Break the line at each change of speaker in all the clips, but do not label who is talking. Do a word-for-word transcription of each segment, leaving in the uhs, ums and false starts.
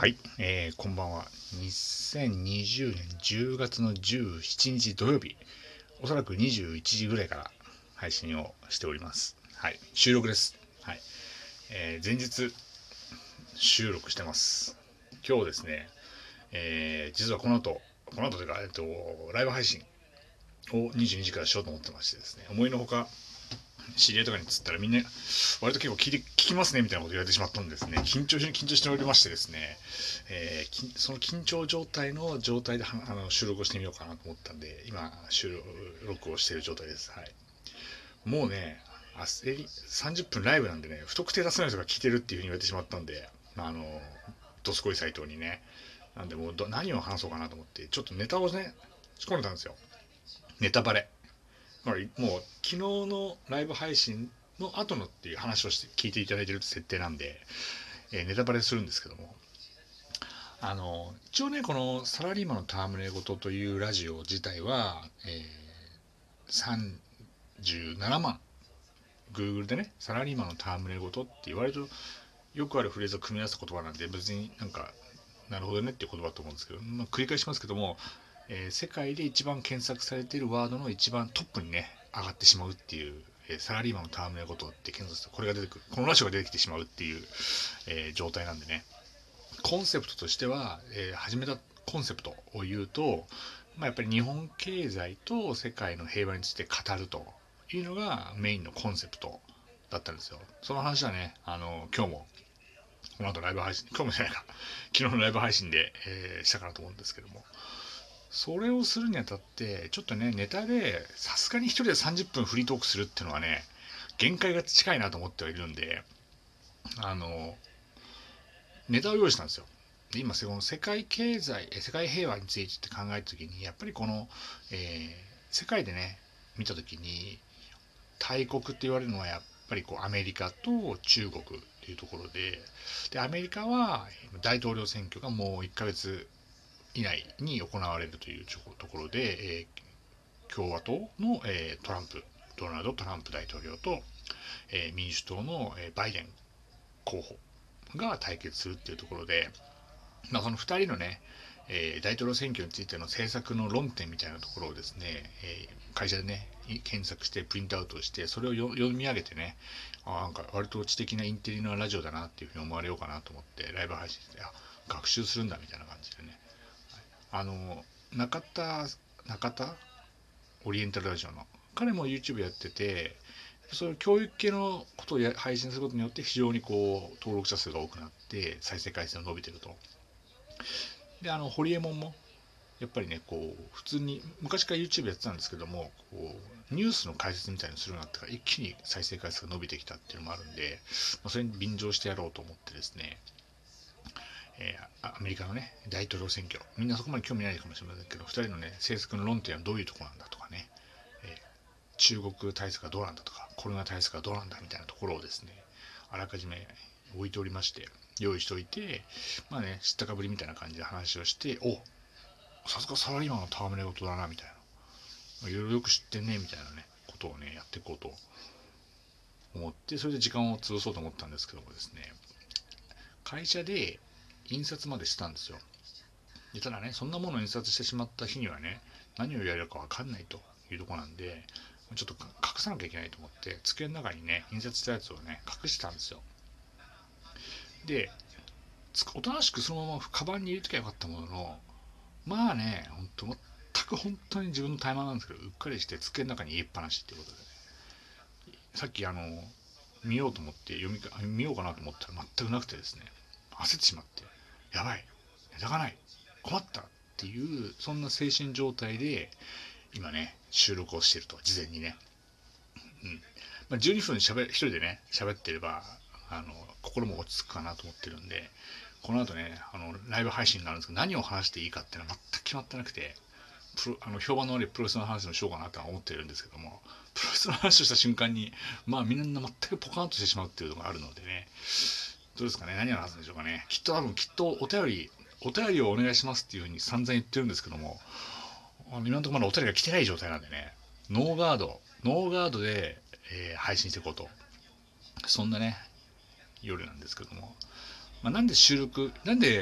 はい、えー、こんばんは。にせんにじゅうねんじゅうがつのじゅうしちにち土曜日、おそらくにじゅういちじぐらいから配信をしております。はい、収録です。はい、えー、前日収録してます。今日ですね、えー、実はこの後、この後というか、えっと、ライブ配信をにじゅうにじからしようと思ってましてですね、思いのほか知り合いとかにつったらみんな割と結構聞いて聞きますねみたいなこと言われてしまったんですね。緊張し緊張しておりましてですね、えー、その緊張状態の状態であの収録をしてみようかなと思ったんで、今収録をしている状態です。はい。もうね、焦りさんじゅっぷんライブなんでね、不特定多数の人が聞いてるっていうふうに言われてしまったんで、あのどすこいサイトにね、なんでもう何を話そうかなと思ってちょっとネタをね仕込んでたんですよ。ネタバレ。もう昨日のライブ配信の後のっていう話をして聞いていただいてる設定なんで、えーネタバレするんですけども、あの一応ね、このサラリーマンの戯れ事というラジオ自体は、えー、さんじゅうななまん Google でね、サラリーマンの戯れ事って言われるとよくあるフレーズを組み合わせた言葉なんで、別になんかなるほどねっていう言葉だと思うんですけど、まあ、繰り返しますけども、えー世界で一番検索されているワードの一番トップにね上がってしまうっていう、えーサラリーマンの戯れ事って検索するとこれが出てくる、このラジオが出てきてしまうっていう、えー状態なんでね、コンセプトとしては、えー始めたコンセプトを言うと、まあ、やっぱり日本経済と世界の平和について語るというのがメインのコンセプトだったんですよ。その話はね、あの今日もこの後ライブ配信、今日もじゃないか、昨日のライブ配信で、えーしたかなと思うんですけども、それをするにあたって、ちょっとね、ネタで、さすがに一人でさんじゅっぷんフリートークするっていうのはね、限界が近いなと思ってはいるんで、あの、ネタを用意したんですよ。で今、その世界経済、世界平和について考えたときに、やっぱりこの、えー世界でね、見たときに、大国って言われるのはやっぱりこうアメリカと中国っていうところで、でアメリカは大統領選挙がもういっかげつ以内に行われるというところで、えー共和党の、えートランプドナルド・トランプ大統領と、えー民主党の、えーバイデン候補が対決するっていうところで、まあ、そのふたりのね、えー大統領選挙についての政策の論点みたいなところをですね、えー会社でね検索してプリントアウトしてそれを読み上げてね、あなんか割と知的なインテリなラジオだなっていうふうに思われようかなと思ってライブ配信して、あ学習するんだみたいな感じでね、あの中田中田オリエンタルラジオの彼も YouTube やってて、そういう教育系のことをや配信することによって非常にこう登録者数が多くなって再生回数が伸びてると。であのホリエモンもやっぱりねこう普通に昔から YouTube やってたんですけども、こうニュースの解説みたいにするようになってから一気に再生回数が伸びてきたっていうのもあるんで、まあ、それに便乗してやろうと思ってですね、えーアメリカのね大統領選挙、みんなそこまで興味ないかもしれませんけど、ふたりのね政策の論点はどういうところなんだとかね、えー中国対策がどうなんだとかコロナ対策がどうなんだみたいなところをですねあらかじめ置いておりまして、用意しておいて、まあね知ったかぶりみたいな感じで話をして、おさすがサラリーマンの戯れ事だなみたいな、いろいろよく知ってんねみたいなねことをねやっていこうと思って、それで時間を潰そうと思ったんですけどもですね、会社で印刷までしたんですよ。でただね、そんなものを印刷してしまった日にはね、何をやるか分かんないというところなんで、ちょっと隠さなきゃいけないと思って机の中にね印刷したやつをね隠してたんですよ。でおとなしくそのままカバンに入れときゃよかったものの、まあねほんと全く本当に自分の怠慢なんですけど、うっかりして机の中に入れっぱなしっていうことでね、さっきあの見ようと思って読みか見ようかなと思ったら全くなくてですね、焦ってしまって、やばいネタがない困ったっていう、そんな精神状態で今ね収録をしていると、事前にね、うんまあ、じゅうにふんしゃべ一人でね喋ってればあの心も落ち着くかなと思ってるんで、この後ねあのライブ配信があるんですけど、何を話していいかっていうのは全く決まってなくて、プロあの評判の悪いプロレスの話もしようかなとは思ってるんですけども、プロレスの話をした瞬間にまあみんな全くポカーンとしてしまうっていうのがあるのでね、どうですかね、何を話すんでしょうかね。きっと多分きっとお便りお便りをお願いしますっていうふうに散々言ってるんですけども、今のところまだお便りが来てない状態なんでね、ノーガードノーガードで、えー配信していこうと、そんなね夜なんですけども、まあ、なんで収録なんで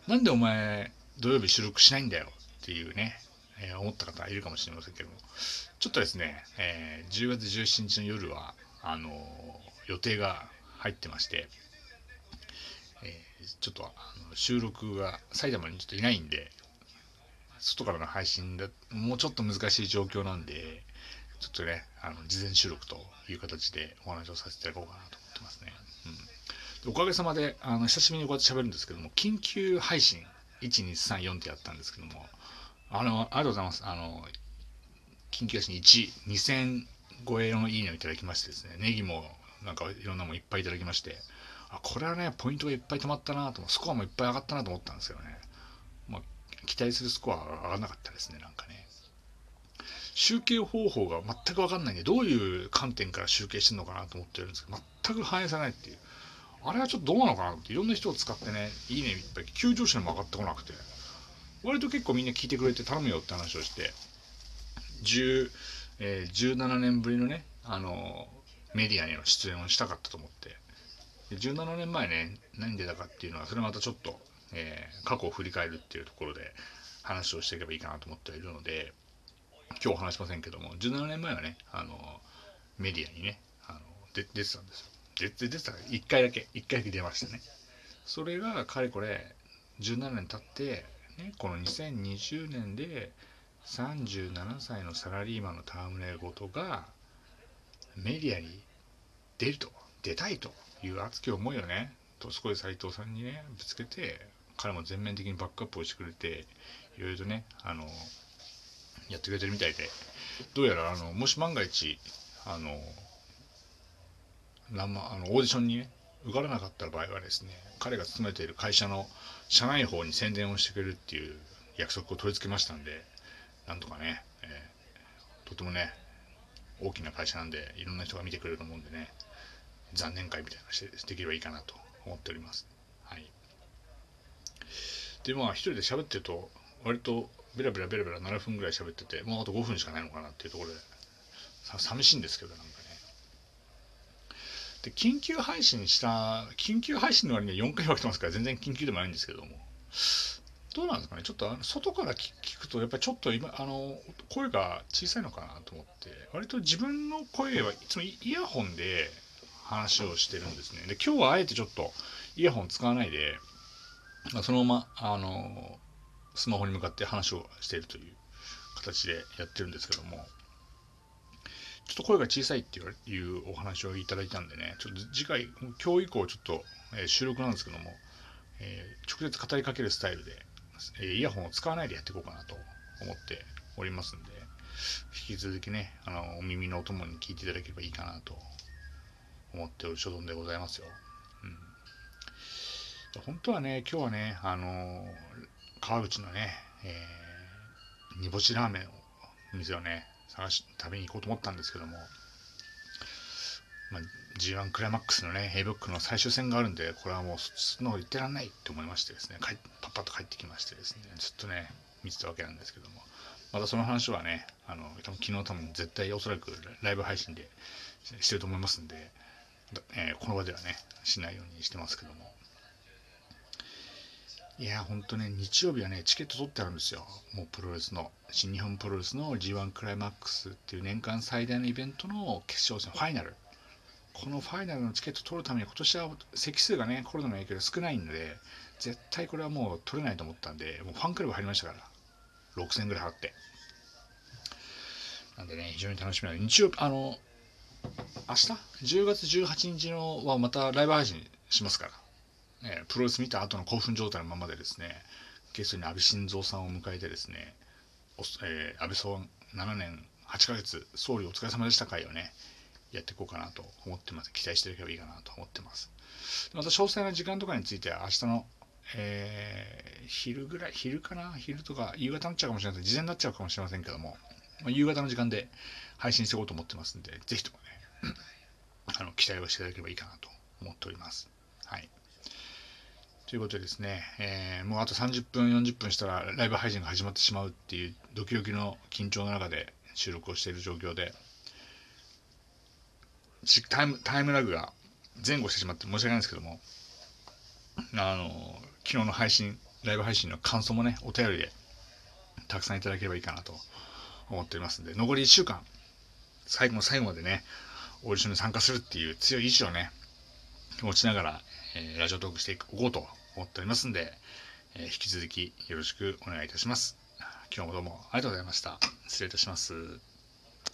なんでお前土曜日収録しないんだよっていうね、えー思った方いるかもしれませんけども、ちょっとですね、えーじゅうがつじゅうしちにちの夜はあのー予定が入ってまして、えーちょっとあの収録が埼玉にちょっといないんで、外からの配信だもうちょっと難しい状況なんで、ちょっとね、あの事前収録という形でお話をさせていただこうかなと思ってますね。うん、おかげさまであの久しぶりにこうやって喋るんですけども、緊急配信いちにさんよんってやったんですけども、あのありがとうございます。あの緊急配信いち、にせん超えのいいねをいただきましてですね、ネギもなんかいろんなものいっぱいいただきまして、あ、これはね、ポイントがいっぱい溜まったなと、スコアもいっぱい上がったなと思ったんですよね。まあ、期待するスコアは上がらなかったですね、なんかね。集計方法が全く分かんないんで、どういう観点から集計してるのかなと思ってるんですけど、全く反映されないっていう。あれはちょっとどうなのかなって、いろんな人を使ってね、いいねいっぱい、急上昇にも上がってこなくて、割と結構みんな聞いてくれて頼むよって話をして、じゅう、えー、じゅうななねんぶりのね、あのメディアへの出演をしたかったと思って、じゅうななねんまえね、何でだかっていうのは、それまたちょっと、えー過去を振り返るっていうところで話をしていけばいいかなと思っているので、今日話しませんけども、じゅうななねんまえはね、あのメディアにね、あので出てたんですよ。で出てたいっかいだけ、いっかいだけ出ましたね。それがかれこれじゅうななねん経って、ね、このにせんにじゅうねんでさんじゅうななさいのサラリーマンの戯れ事がメディアに出ると、出たいという熱き思いをね、年越斉藤さんにね、ぶつけて、彼も全面的にバックアップをしてくれて、いろいろとね、あの、やってくれてるみたいで、どうやら、あの、もし万が一、あの、あのオーディションにね、受からなかった場合はですね、彼が勤めている会社の社内法に宣伝をしてくれるっていう約束を取り付けましたんで、なんとかね、えーとてもね、大きな会社なんで、いろんな人が見てくれると思うんでね、残念会みたいなのしてできればいいかなと思っております。はい。で、まあ、一人で喋ってると、割とベラベラベラベラななふんぐらい喋ってて、もうあとごふんしかないのかなっていうところで、さ寂しいんですけど、なんかね。で、緊急配信した、緊急配信の割にはよんかい分けてますから、全然緊急でもないんですけども、どうなんですかね、ちょっとあの外から聞くと、やっぱりちょっと今、あの、声が小さいのかなと思って、割と自分の声はいつもイヤホンで話をしてるんですね。で、今日はあえてちょっとイヤホン使わないで、そのまま、あの、スマホに向かって話をしているという形でやってるんですけども、ちょっと声が小さいっていうお話をいただいたんでね、ちょっと次回、今日以降ちょっと、えー収録なんですけども、えー直接語りかけるスタイルで、えーイヤホンを使わないでやっていこうかなと思っておりますんで、引き続きね、あのお耳のお供に聞いていただければいいかなと思っておる所存でございますよ。うん、本当はね、今日はね、あのー川口のね、えー煮干しラーメンを店をね、探し食べに行こうと思ったんですけども、まあ、ジーワン クライマックスのね、A ブックの最終戦があるんで、これはもうその言ってらんないって思いましてですね、パッパッと帰ってきましてですね、ずっとね、見てたわけなんですけども、またその話はね、あの多分昨日多分絶対おそらくライブ配信でしてると思いますんで、えー、この場ではね、しないようにしてますけども。いや、ほんとね、日曜日はね、チケット取ってあるんですよ。もうプロレスの、新日本プロレスの ジーワン クライマックスっていう年間最大のイベントの決勝戦、ファイナル。このファイナルのチケット取るために今年は席数がね、コロナの影響で少ないんで、絶対これはもう取れないと思ったんで、もうファンクラブ入りましたから、ろくせんえんぐらい払って。なんでね、非常に楽しみな日曜日、あの、明日じゅうがつじゅうはちにちのはまたライブ配信しますから、ね、プロレス見た後の興奮状態のままでですね、ゲストに安倍晋三さんを迎えてですね、えー、安倍さんななねんはちかげつ総理お疲れ様でした会をね、やっていこうかなと思ってます。期待していけばいいかなと思ってます。また詳細な時間とかについては明日の、えー、昼ぐらい、昼かな昼とか夕方になっちゃうかもしれません。事前になっちゃうかもしれませんけども、まあ、夕方の時間で配信していこうと思ってますんで、ぜひともね、あの期待をしていただければいいかなと思っております。はい。ということでですね、えー、もうあとさんじゅっぷん、よんじゅっぷんしたらライブ配信が始まってしまうっていうドキドキの緊張の中で収録をしている状況で、タイムタイムラグが前後してしまって申し訳ないんですけども、あの昨日の配信ライブ配信の感想もね、お便りでたくさんいただければいいかなと思っておりますんで、残りいっしゅうかん、最後の最後までね、オーディションに参加するっていう強い意志をね、持ちながら、えー、ラジオトークしていこうと思っておりますんで、えー、引き続きよろしくお願いいたします。今日もどうもありがとうございました。失礼いたします。